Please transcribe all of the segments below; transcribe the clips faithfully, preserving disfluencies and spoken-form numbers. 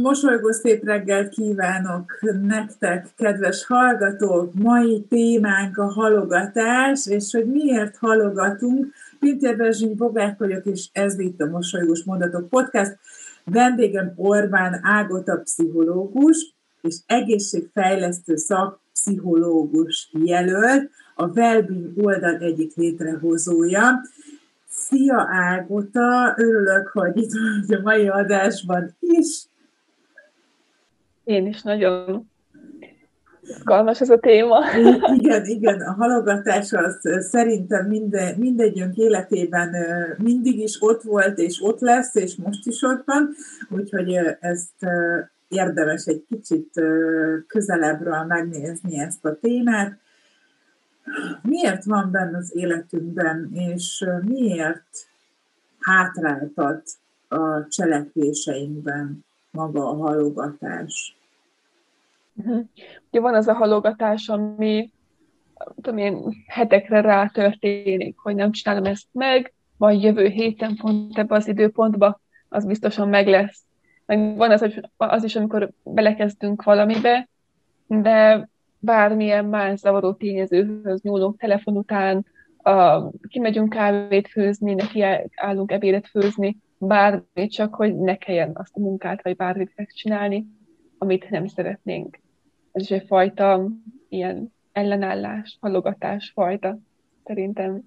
Mosolygó szép reggelt kívánok nektek, kedves hallgatók! Mai témánk a halogatás, és hogy miért halogatunk. Pintér Berzsiny Bogák vagyok, és ez itt a Mosolygós Mondatok Podcast. Vendégem Orbán Ágota pszichológus, és egészségfejlesztő szakpszichológus jelölt, a Wellbeing oldal egyik létrehozója. Szia Ágota, örülök, hogy itt vagy a mai adásban is. Én is nagyon izgalmas ez a téma. Igen, igen, a halogatás az szerintem minden, mindegyünk életében mindig is ott volt, és ott lesz, és most is ott van, úgyhogy ezt érdemes egy kicsit közelebbről megnézni ezt a témát. Miért van benne az életünkben, és miért hátráltat a cselekvéseinkben maga a halogatás? Uh-huh. Ugye van az a halogatás, ami tudom én, hetekre rá történik, hogy nem csinálom ezt meg, vagy jövő héten pont ebbe az időpontba, az biztosan meg lesz. Meg van az, az is, amikor belekezdünk valamibe, de bármilyen más zavaró tényezőhöz nyúlunk telefon után, uh, kimegyünk kávét főzni, neki állunk ebédet főzni, bármi, csak hogy ne kelljen azt a munkát, vagy bármit megcsinálni, amit nem szeretnénk. Ez is egyfajta ilyen ellenállás, halogatás fajta, szerintem.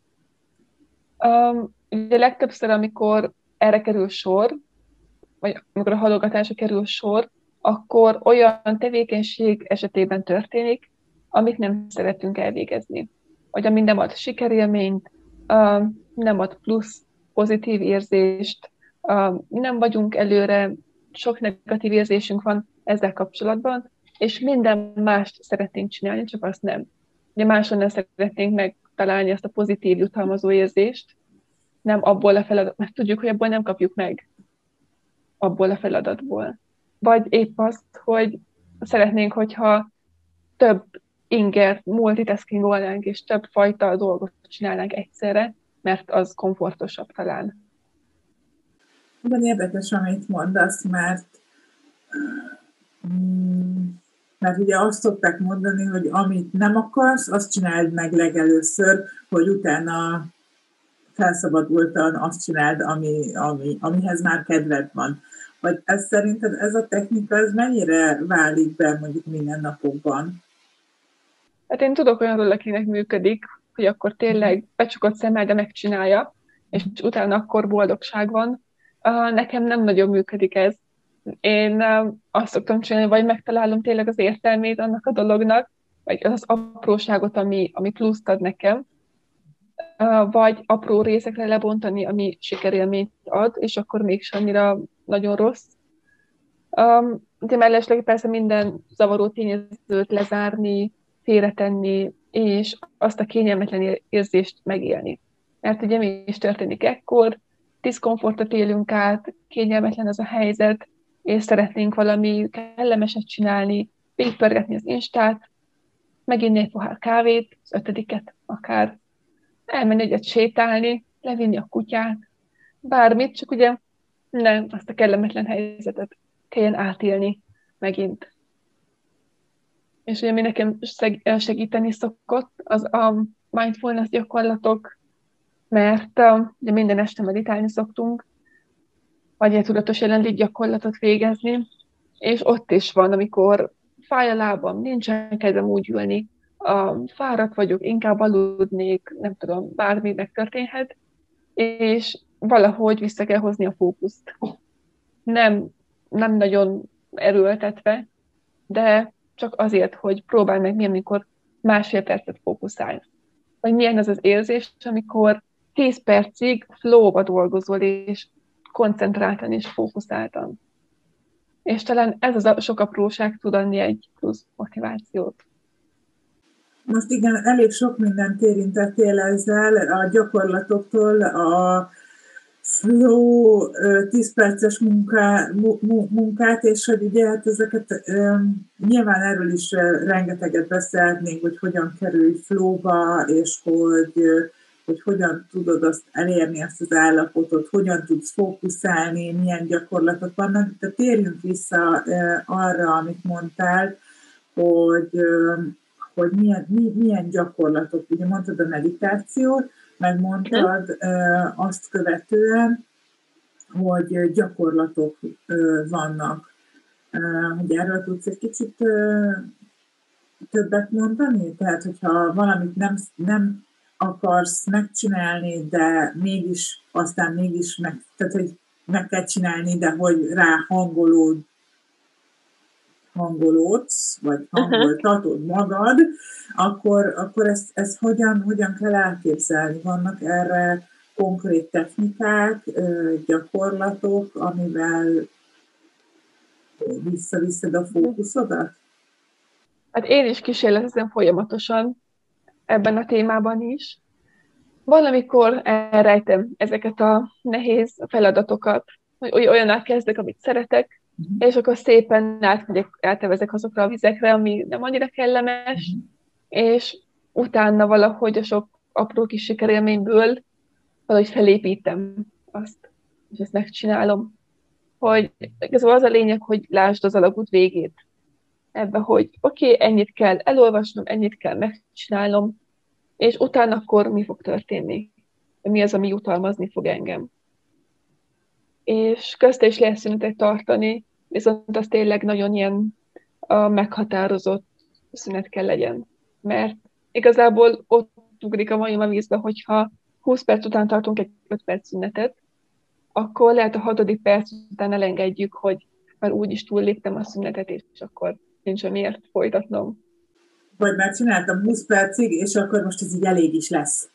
Um, ugye legtöbbször, amikor erre kerül sor, vagy amikor a halogatásra kerül sor, akkor olyan tevékenység esetében történik, amit nem szeretünk elvégezni. Vagy ami nem ad sikerélményt, um, nem ad plusz pozitív érzést, um, nem vagyunk előre, sok negatív érzésünk van ezzel kapcsolatban, és minden mást szeretnénk csinálni, csak azt nem. Ugye máshonnan szeretnénk megtalálni azt a pozitív jutalmazó érzést, nem abból a feladat, mert tudjuk, hogy abból nem kapjuk meg, abból a feladatból. Vagy épp azt, hogy szeretnénk, hogyha több inger multitaskingolnánk, és több fajta dolgot csinálnánk egyszerre, mert az komfortosabb talán. Nagyon érdekes, amit mondasz, mert mert ugye azt szokták mondani, hogy amit nem akarsz, azt csináld meg legelőször, hogy utána felszabadultan azt csináld, ami, ami, amihez már kedved van. Vagy ez szerinted ez a technika, ez mennyire válik be mondjuk mindennapokban? Hát én tudok olyanról, akinek működik, hogy akkor tényleg becsukott szemmel, de megcsinálja, és utána akkor boldogság van. Nekem nem nagyon működik ez. Én azt szoktam csinálni, vagy megtalálom tényleg az értelmét annak a dolognak, vagy az apróságot, ami, ami pluszt ad nekem, vagy apró részekre lebontani, ami sikerélményt ad, és akkor mégsem annyira nagyon rossz. De mellesleg persze minden zavaró tényezőt lezárni, félretenni, és azt a kényelmetlen érzést megélni. Mert ugye mi is történik ekkor, diszkomfortot élünk át, kényelmetlen az a helyzet, és szeretnénk valami kellemeset csinálni, végigpörgetni az Instát, meginni egy pohár kávét, az ötödiket akár, elmenni egyet sétálni, levinni a kutyát, bármit, csak ugye nem azt a kellemetlen helyzetet kelljen átélni megint. És ugye mi nekem segíteni szokott az a mindfulness gyakorlatok, mert ugye minden este meditálni szoktunk, vagy egy tudatos jelenlét gyakorlatot végezni, és ott is van, amikor fáj a lábam, nincsen kedvem úgy ülni, a, fáradt vagyok, inkább aludnék, nem tudom, bármi megtörténhet, és valahogy vissza kell hozni a fókuszt. Nem, nem nagyon erőltetve, de csak azért, hogy próbálj meg milyen, amikor másfél percet fókuszálsz. Vagy milyen az az érzés, amikor tíz percig flow-ba dolgozol, és koncentráltan és fókuszáltan. És talán ez az a sok apróság tud adni egy plusz motivációt. Most igen, elég sok mindent érintettél ezzel, a gyakorlatoktól, a flow tíz perces munká, munkát, és hogy ugye hát ezeket nyilván erről is rengeteget beszélhetnénk, hogy hogyan kerülj flowba, és hogy hogy hogyan tudod azt elérni, azt az állapotot, hogyan tudsz fókuszálni, milyen gyakorlatok vannak. De térjünk vissza arra, amit mondtál, hogy, hogy milyen, milyen gyakorlatok. Ugye mondtad a meditációt, megmondtad azt követően, hogy gyakorlatok vannak. Hogy erről tudsz egy kicsit többet mondani? Tehát, hogyha valamit nem, nem akarsz megcsinálni, de mégis, aztán mégis meg, tehát, hogy meg kell csinálni, de hogy rá hangolód, hangolódsz, vagy hangoltatod magad, akkor, akkor ezt, ezt hogyan, hogyan kell elképzelni? Vannak erre konkrét technikák, gyakorlatok, amivel visszaviszed a fókuszodat? Hát én is kísérletezem folyamatosan ebben a témában is. Valamikor elrejtem ezeket a nehéz feladatokat, hogy olyannak kezdek, amit szeretek, uh-huh. és akkor szépen átmegyek, átevezek azokra a vizekre, ami nem annyira kellemes, uh-huh. és utána valahogy a sok apró kis sikerélményből valahogy felépítem azt, és ezt megcsinálom. Hogy igazából az a lényeg, hogy lásd az alagút végét. Ebben, hogy oké, okay, ennyit kell elolvasnom, ennyit kell megcsinálnom, és utána akkor mi fog történni? Mi az, ami jutalmazni fog engem? És közte is lehet szünetet tartani, viszont az tényleg nagyon ilyen a meghatározott szünet kell legyen. Mert igazából ott ugrik a majom a vízbe, hogyha húsz perc után tartunk egy öt perc szünetet, akkor lehet a hatodik perc után elengedjük, hogy már úgyis túlléptem a szünetet, és akkor nincs miért folytatnom. Vagy már csináltam húsz percig, és akkor most ez így elég is lesz.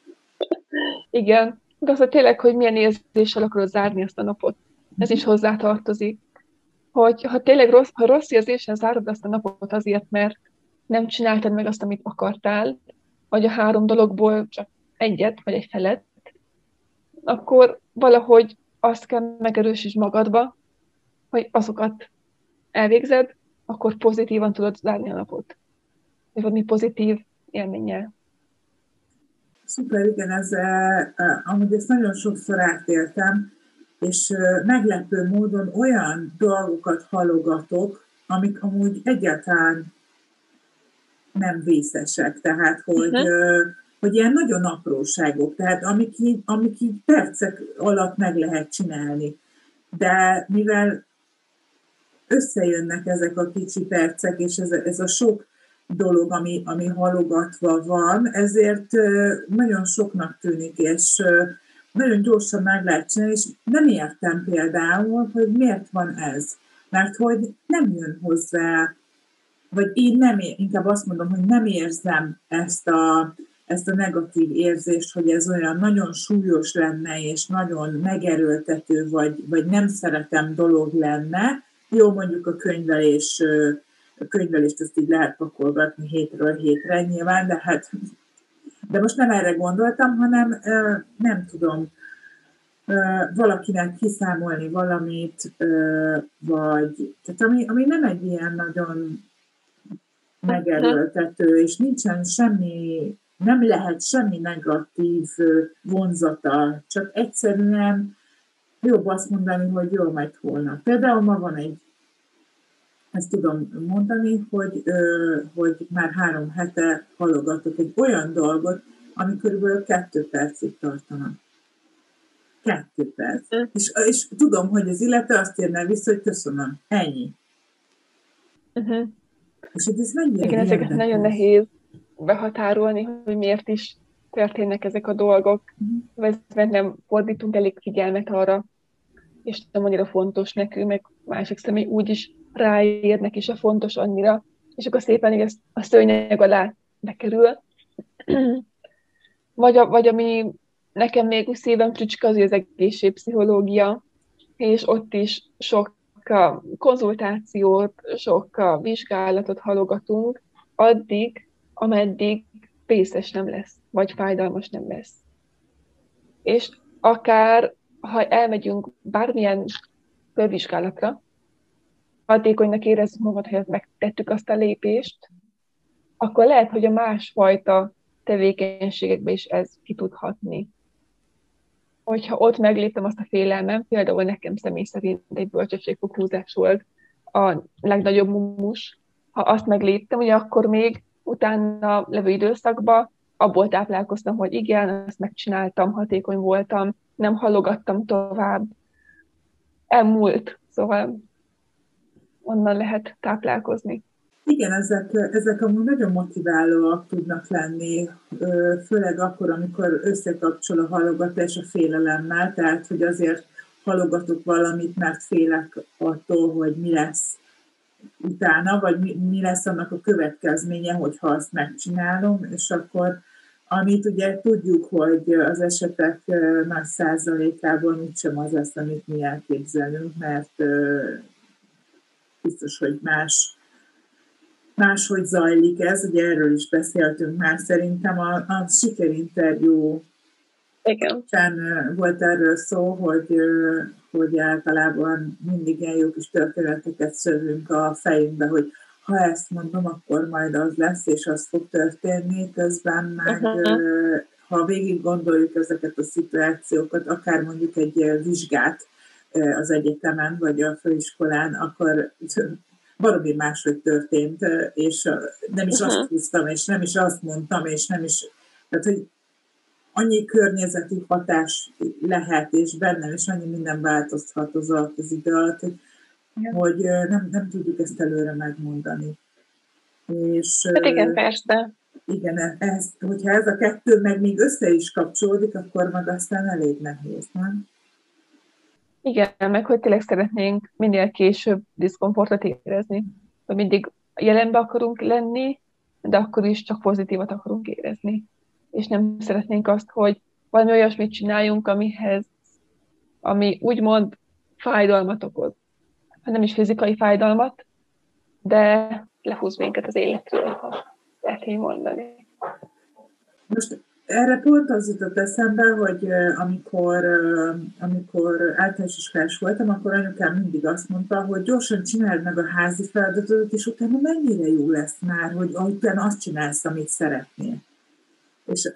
Igen, de az, hogy tényleg, hogy milyen érzéssel akarod zárni azt a napot. Ez is hozzátartozik. Hogy ha tényleg rossz, ha rossz érzéssel zárod azt a napot azért, mert nem csináltad meg azt, amit akartál, vagy a három dologból csak egyet, vagy egy felet, akkor valahogy azt kell megerősítsd magadba, hogy azokat elvégzed, akkor pozitívan tudod zárni a napot. És valami pozitív élménnyel. Szuper, igen, ez, eh, amúgy ezt nagyon sokszor átéltem, és eh, meglepő módon olyan dolgokat halogatok, amik amúgy egyáltalán nem vészesek, tehát hogy, uh-huh. eh, hogy ilyen nagyon apróságok, tehát amik így, amik így percek alatt meg lehet csinálni. De mivel összejönnek ezek a kicsi percek, és ez, ez a sok dolog, ami, ami halogatva van, ezért nagyon soknak tűnik, és nagyon gyorsan meg lehet csinálni, és nem értem például, hogy miért van ez. Mert hogy nem jön hozzá, vagy én nem, inkább azt mondom, hogy nem érzem ezt a, ezt a negatív érzést, hogy ez olyan nagyon súlyos lenne, és nagyon megerőltető, vagy, vagy nem szeretem dolog lenne. Jó, mondjuk a könyvelés, a könyvelést ezt így lehet pakolgatni hétről hétre nyilván, de hát de most nem erre gondoltam, hanem nem tudom, valakinek kiszámolni valamit, vagy tehát ami, ami nem egy ilyen nagyon megerőltető, és nincsen semmi, nem lehet semmi negatív vonzata, csak egyszerűen jobb azt mondani, hogy jó, majd holnap. Például ma van egy, ezt tudom mondani, hogy, hogy már három hete halogatok egy olyan dolgot, ami körülbelül kettő percig tartana. Kettő perc. És, és tudom, hogy az illető azt írná vissza, hogy köszönöm. Ennyi. Uh-huh. És ez mennyire igen, ezeket nagyon nehéz behatárolni, hogy miért is történnek ezek a dolgok, uh-huh. mert nem fordítunk elég figyelmet arra, és nem annyira fontos nekünk, meg másik személy úgyis ráérnek, és a fontos annyira, és akkor szépen így a szőnyeg alá bekerül. vagy, a, vagy ami nekem még úgy szívem fricska, az az egészségpszichológia, és ott is sok konzultációt, sok vizsgálatot halogatunk, addig, ameddig vészes nem lesz, vagy fájdalmas nem lesz. És akár, ha elmegyünk bármilyen fölvizsgálatra, hatékonynak érezzük magad, hogy megtettük azt a lépést, akkor lehet, hogy a másfajta tevékenységekbe is ez ki tud hatni. Hogyha ott megléptem azt a félelmem, például nekem személy szerint egy bölcsességfokhúzás volt a legnagyobb mumus, ha azt megléptem, ugye akkor még utána levő időszakban abból táplálkoztam, hogy igen, ezt megcsináltam, hatékony voltam, nem halogattam tovább. Elmúlt, szóval onnan lehet táplálkozni. Igen, ezek, ezek amúgy nagyon motiválóak tudnak lenni, főleg akkor, amikor összekapcsol a halogatás a félelemmel, tehát, hogy azért halogatok valamit, mert félek attól, hogy mi lesz utána, vagy mi, mi lesz annak a következménye, hogyha azt megcsinálom, és akkor amit ugye tudjuk, hogy az esetek nagy százalékában úgysem az lesz, amit mi elképzelünk, mert biztos, hogy más máshogy zajlik ez, ugye erről is beszéltünk már, szerintem a, a sikerinterjú sem volt erről szó, hogy, hogy általában mindig ilyen jó kis történeteket szövünk a fejünkbe, hogy ha ezt mondom, akkor majd az lesz, és az fog történni, közben meg uh-huh. ha végig gondoljuk ezeket a szituációkat, akár mondjuk egy vizsgát az egyetemen, vagy a főiskolán, akkor valami máshogy történt, és nem is uh-huh. azt húztam, és nem is azt mondtam, és nem is, tehát, hogy annyi környezeti hatás lehet, és bennem, és annyi minden változhat az alatt az idő alatt, hogy, uh-huh. hogy nem, nem tudjuk ezt előre megmondani. És, hát igen, persze. Igen, ez, hogyha ez a kettő meg még össze is kapcsolódik, akkor meg aztán elég nehéz, nem? Igen, meg hogy tényleg szeretnénk minél később diszkomfortot érezni. Hogy mindig jelenbe akarunk lenni, de akkor is csak pozitívat akarunk érezni. És nem szeretnénk azt, hogy valami olyasmit csináljunk, amihez, ami úgymond fájdalmat okoz. Hát nem is fizikai fájdalmat, de lehúz minket az életről, ha lehet így mondani. Most erre pont az jutott eszembe, hogy amikor, amikor általános iskolás voltam, akkor anyukám mindig azt mondta, hogy gyorsan csináld meg a házi feladatot, és utána mennyire jó lesz már, hogy utána azt csinálsz, amit szeretnél. És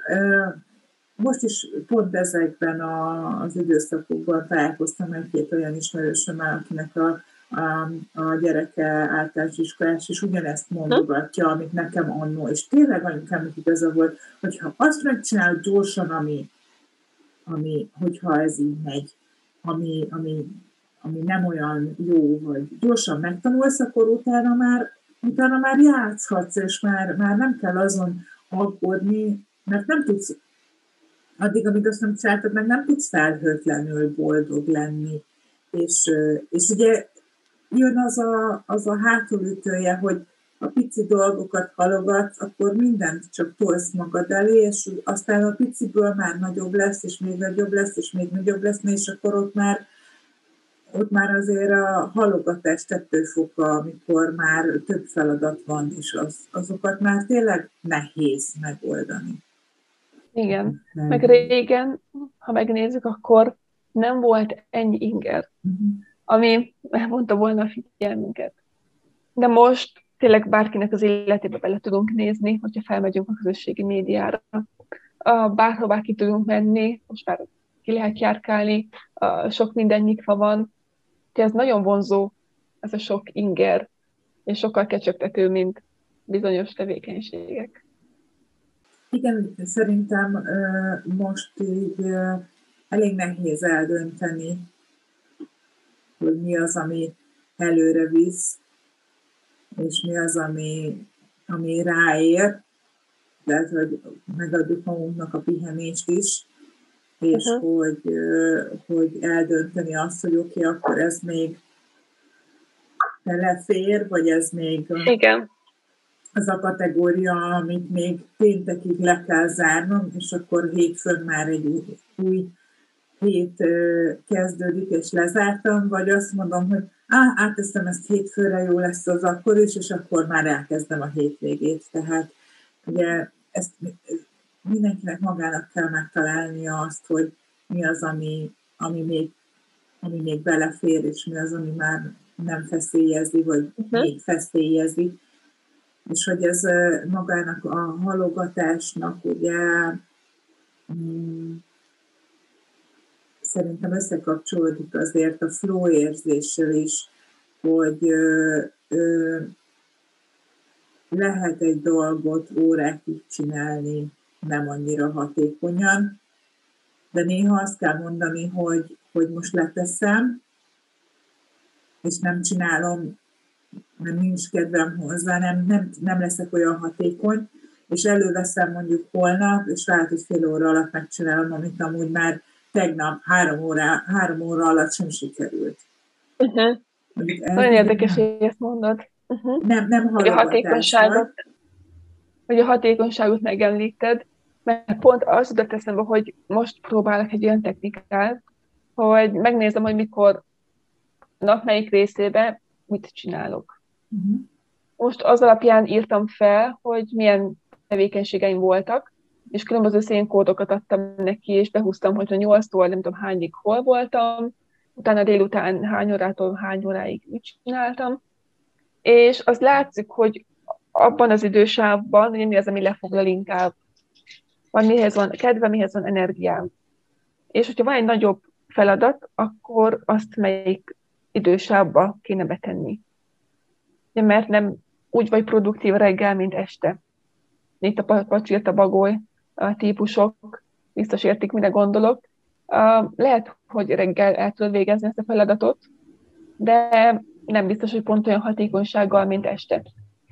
most is pont ezekben az időszakokban találkoztam egy-két olyan ismerősömmel, akinek a, a, a gyereke általános iskolás, és ugyanezt mondogatja, amit nekem annó. És tényleg anyukámnak igaza volt, hogyha azt megcsinálod gyorsan, ami, ami, hogyha ez így megy, ami, ami, ami nem olyan jó, vagy gyorsan megtanulsz, akkor utána már, utána már játszhatsz, és már, már nem kell azon aggódni, mert nem tudsz, addig, amíg azt nem csináltad, meg nem tudsz felhőtlenül boldog lenni. És, és ugye jön az a, az a hátulütője, hogy a pici dolgokat halogatsz, akkor mindent csak tolsz magad elé, és aztán a piciből már nagyobb lesz, és még nagyobb lesz, és még nagyobb lesz, és akkor ott már, ott már azért a halogatás tettőfoka, amikor már több feladat van, és az, azokat már tényleg nehéz megoldani. Igen, nem. Meg régen, ha megnézzük, akkor nem volt ennyi inger, uh-huh. ami elmondta volna a figyelmünket. De most tényleg bárkinek az életébe bele tudunk nézni, hogyha felmegyünk a közösségi médiára. Bárhová ki tudunk menni, most már ki lehet járkálni, sok minden nyitva van. Ez nagyon vonzó, ez a sok inger, és sokkal kecsegtető, mint bizonyos tevékenységek. Igen, szerintem most így elég nehéz eldönteni, hogy mi az, ami előre visz, és mi az, ami, ami ráér, tehát, hogy megadjuk magunknak a pihenést is, és uh-huh. hogy, hogy eldönteni azt, hogy oké, okay, akkor ez még belefér, vagy ez még Igen. az a kategória, amit még péntekig le kell zárnom, és akkor hétfőn már egy új, új hét kezdődik, és lezártam, vagy azt mondom, hogy á, áteszem ezt hétfőre, jó lesz az akkor is, és akkor már elkezdem a hétvégét. Tehát ugye ezt mindenkinek magának kell megtalálnia azt, hogy mi az, ami, ami, még, ami még belefér, és mi az, ami már nem feszélyezi, vagy uh-huh. még feszélyezi. és hogy ez magának a halogatásnak ugye mm, szerintem összekapcsolódik azért a flow érzéssel is, hogy ö, ö, lehet egy dolgot órákig csinálni nem annyira hatékonyan, de néha azt kell mondani, hogy, hogy most leteszem, és nem csinálom, mert nincs kedvem hozzá, nem, nem, nem leszek olyan hatékony, és előveszem mondjuk holnap, és lehet, hogy fél óra alatt megcsinálom, amit amúgy már tegnap három óra, három óra alatt sem sikerült. Uh-huh. Nagyon érdekes, hogy ezt mondod. Uh-huh. Nem, nem hogy a hatékonyságot, hogy a hatékonyságot megemlíted, mert pont az jutott eszembe, hogy most próbálok egy olyan technikát, hogy megnézem, hogy mikor nap melyik részében mit csinálok. Uh-huh. Most az alapján írtam fel, hogy milyen tevékenységeim voltak, és különböző színkódokat adtam neki, és behúztam, hogy a nyolctól nem tudom hányig hol voltam, utána délután hány órától hány óráig mit csináltam, és az látszik, hogy abban az idősávban, hogy mi az, ami lefoglal inkább, van mihez van kedve, mihez van energiám. És hogyha van egy nagyobb feladat, akkor azt melyik idősávba kéne betenni. Ja, mert nem úgy vagy produktív reggel, mint este. Itt a pacsirt, a bagoly a típusok biztos értik, mire gondolok. Lehet, hogy reggel el tudod végezni ezt a feladatot, de nem biztos, hogy pont olyan hatékonysággal, mint este.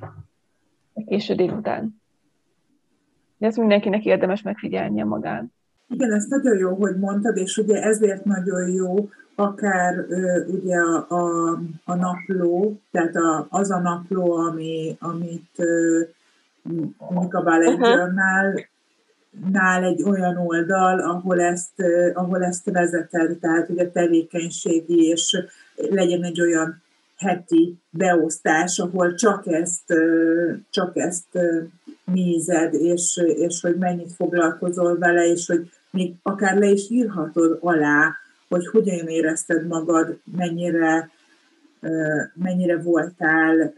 Késő délután. De ezt mindenkinek érdemes megfigyelnie magán. Igen, ez nagyon jó, hogy mondtad, és ugye ezért nagyon jó akár ugye a, a, a napló, tehát a, az a napló, ami, amit mondjuk a Ballet Journal nál egy olyan oldal, ahol ezt, ahol ezt vezeted, tehát hogy a tevékenységi, és legyen egy olyan heti beosztás, ahol csak ezt, csak ezt nézed, és, és hogy mennyit foglalkozol vele, és hogy még akár le is írhatod alá, hogy hogyan érezted magad, mennyire, mennyire voltál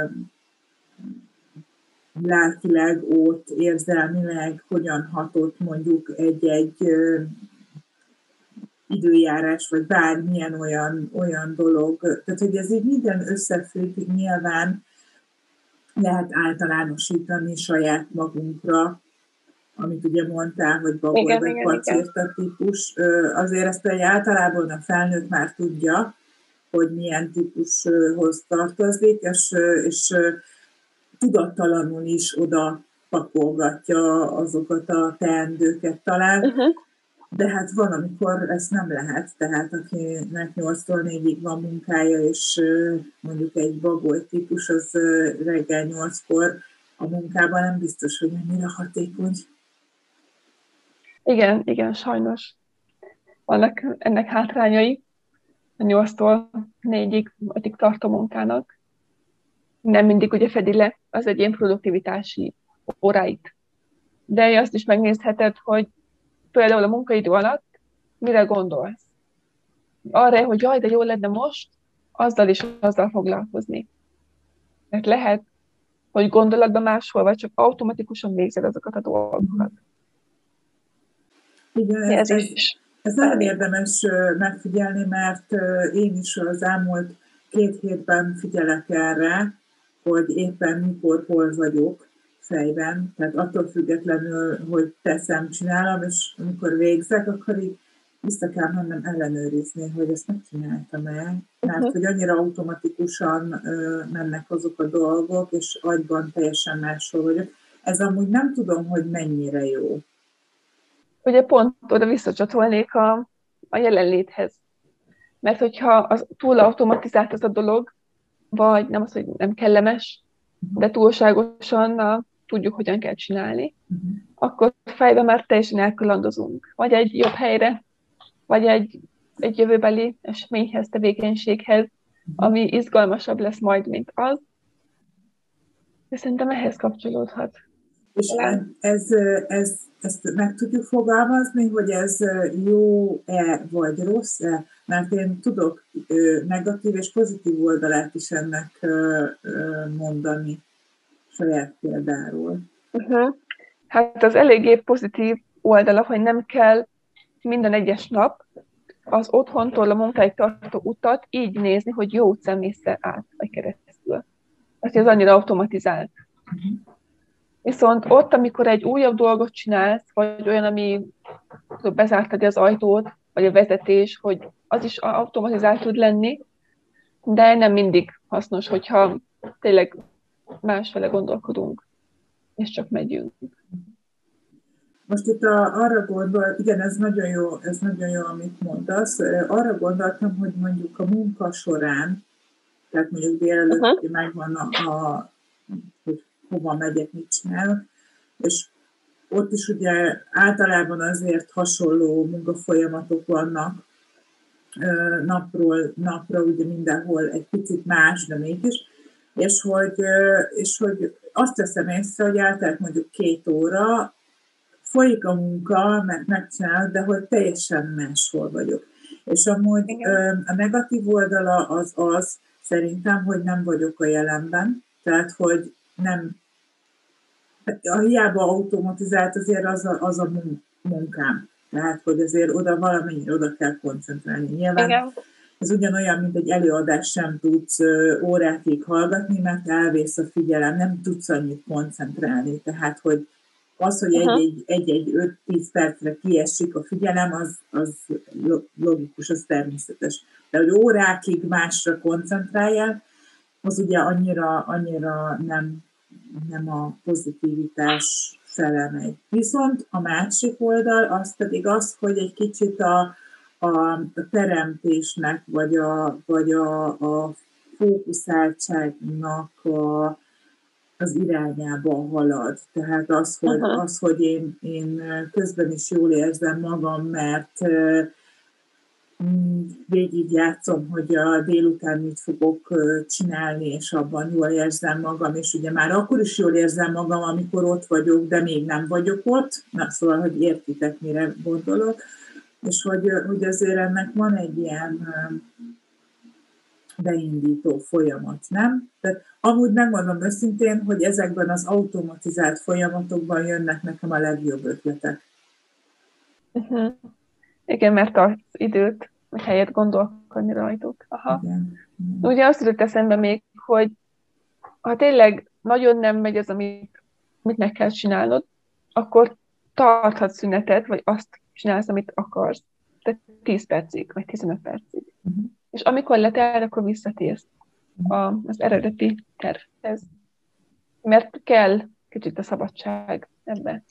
lelkileg ott, érzelmileg, hogyan hatott mondjuk egy-egy időjárás, vagy bármilyen olyan, olyan dolog. Tehát, hogy ez így minden összefügg, nyilván lehet általánosítani saját magunkra, amit ugye mondtál, hogy bagoly vagy pacírta típus. Azért ezt egy általában a felnőtt már tudja, hogy milyen típushoz tartozik, és, és tudattalanul is oda pakolgatja azokat a teendőket talán, uh-huh. De hát van, amikor ezt nem lehet, tehát akinek nyolctól négyig van munkája, és mondjuk egy bagoly típus, az reggel nyolckor a munkában nem biztos, hogy annyira hatékony. Igen, igen, sajnos. Vannak ennek hátrányai, a nyolctól négyig, ötig tartó munkának. Nem mindig ugye fedi le az egyén produktivitási óráit. De azt is megnézheted, hogy például a munkaidő alatt mire gondolsz. Arra, hogy jaj, de jó lenne most, azzal is azzal foglalkozni. Mert lehet, hogy gondolatban máshol vagy, csak automatikusan végzed azokat a dolgokat. Igen, ez, ez, is ez nagyon érdemes megfigyelni, mert én is az elmúlt két hétben figyelek erre, hogy éppen mikor, hol vagyok fejben, tehát attól függetlenül, hogy teszem, csinálom, és amikor végzek, akkor így vissza kell mennem ellenőrizni, hogy ezt megcsináltam-e, mert hogy annyira automatikusan mennek azok a dolgok, és agyban teljesen máshol vagyok. Ez amúgy nem tudom, hogy mennyire jó. Ugye pont oda visszacsatolnék a, a jelenléthez. Mert hogyha az túl automatizált az a dolog, vagy nem az, hogy nem kellemes, de túlságosan na, tudjuk, hogyan kell csinálni, uh-huh. akkor fejben már teljesen elkalandozunk. Vagy egy jobb helyre, vagy egy, egy jövőbeli eseményhez, tevékenységhez, uh-huh. ami izgalmasabb lesz majd, mint az. De szerintem ehhez kapcsolódhat. És ez, ez, ezt meg tudjuk fogalmazni, hogy ez jó-e vagy rossz-e? Mert én tudok negatív és pozitív oldalát is ennek mondani. saját példáról. Uh-huh. Hát az eléggé pozitív oldala, hogy nem kell minden egyes nap az otthontól a munkáig tartó utat így nézni, hogy jó utcán mész át vagy keresztül. Azt ez annyira automatizált. Uh-huh. Viszont ott, amikor egy újabb dolgot csinálsz, vagy olyan, ami bezártad az ajtót, vagy a vezetés, hogy az is automatizált tud lenni, de nem mindig hasznos, hogyha tényleg másfele gondolkodunk, és csak megyünk. Most itt a, arra gondol, igen, ez nagyon jó, ez nagyon jó, amit mondasz. Arra gondoltam, hogy mondjuk a munka során, tehát mondjuk délelőtt uh-huh. megvan a, a, hogy hova megyek, mit csinálok, és ott is ugye általában azért hasonló munkafolyamatok vannak, napról napra, ugye mindenhol egy picit más, de mégis, és hogy, és hogy azt teszem észre, hogy eltelt mondjuk két óra, folyik a munka, mert megcsinálod, de hogy teljesen máshol vagyok. És amúgy igen. A negatív oldala az az, szerintem, hogy nem vagyok a jelenben, tehát, hogy nem, a hiába automatizált azért az a, az a munkám. Tehát, hogy azért oda valamennyire oda kell koncentrálni. Nyilván igen. Ez ugyanolyan, mint egy előadás, sem tudsz órákig hallgatni, mert elvész a figyelem, nem tudsz annyit koncentrálni. Tehát, hogy az, hogy uh-huh. egy-egy öt-tíz percre kiesik a figyelem, az, az logikus, az természetes. De hogy órákig másra koncentráljál, az ugye annyira, annyira nem, nem a pozitivitás fele megy. Viszont a másik oldal az pedig az, hogy egy kicsit a, a teremtésnek, vagy a, vagy a, a fókuszáltságnak a, az irányába halad. Tehát az, hogy, uh-huh. az, hogy én, én közben is jól érzem magam, mert végig játszom, hogy a délután mit fogok csinálni, és abban jól érzem magam, és ugye már akkor is jól érzem magam, amikor ott vagyok, de még nem vagyok ott. Na, szóval, hogy értitek, mire gondolok. És hogy, hogy azért ennek van egy ilyen beindító folyamat, nem? Tehát amúgy megmondom őszintén, hogy ezekben az automatizált folyamatokban jönnek nekem a legjobb ötletek. Uh-huh. Igen, mert az időt, hogy helyet gondolkodni rajtuk. Aha. Igen. Ugye azt jutott eszembe még, hogy ha tényleg nagyon nem megy az, amit, amit meg kell csinálnod, akkor tarthatsz szünetet, vagy azt csinálsz, amit akarsz. Tehát tíz percig, vagy tizenöt percig. Uh-huh. És amikor letel, akkor visszatérsz a, az eredeti tervhez. Mert kell kicsit a szabadság ebbe.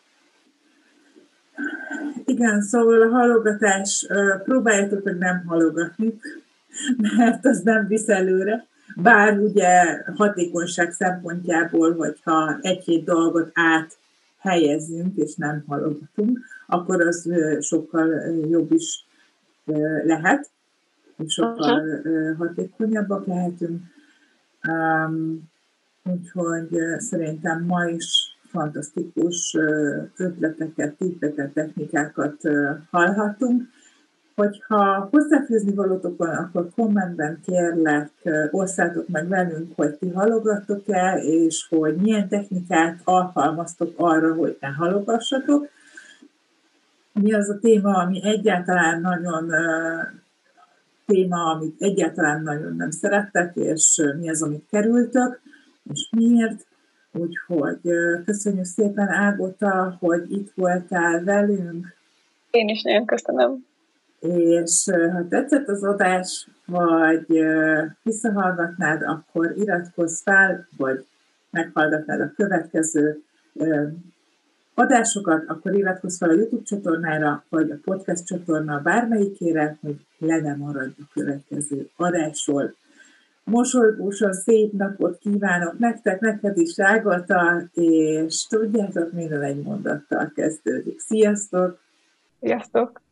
Igen, szóval a halogatás, próbáljátok meg nem halogatni, mert az nem visz előre. Bár ugye hatékonyság szempontjából, hogyha egy-két dolgot áthelyezzünk, és nem halogatunk, akkor az sokkal jobb is lehet, és sokkal uh-huh. hatékonyabbak lehetünk. Um, úgyhogy szerintem ma is fantasztikus ötleteket, tippeket, technikákat hallhattunk. Hogyha hozzáfűzni valótok van, akkor kommentben kérlek, osszátok meg velünk, hogy ti halogattok-e, és hogy milyen technikát alkalmaztok arra, hogy ne halogassatok. Mi az a téma, ami egyáltalán nagyon téma, amit egyáltalán nagyon nem szerettek, és mi az, amit kerültök, és miért. Úgyhogy köszönjük szépen, Ágota, hogy itt voltál velünk. Én is nagyon köszönöm. És ha tetszett az adás, vagy visszahallgatnád, akkor iratkozz fel, vagy meghallgatnád a következő adásokat, akkor iratkozz fel a YouTube csatornára, vagy a podcast csatorna bármelyikére, hogy le ne maradj a következő adásról. Mosolygósan szép napot kívánok nektek, neked is, Ágota, és tudjátok, minden egy mondattal kezdődik. Sziasztok! Sziasztok!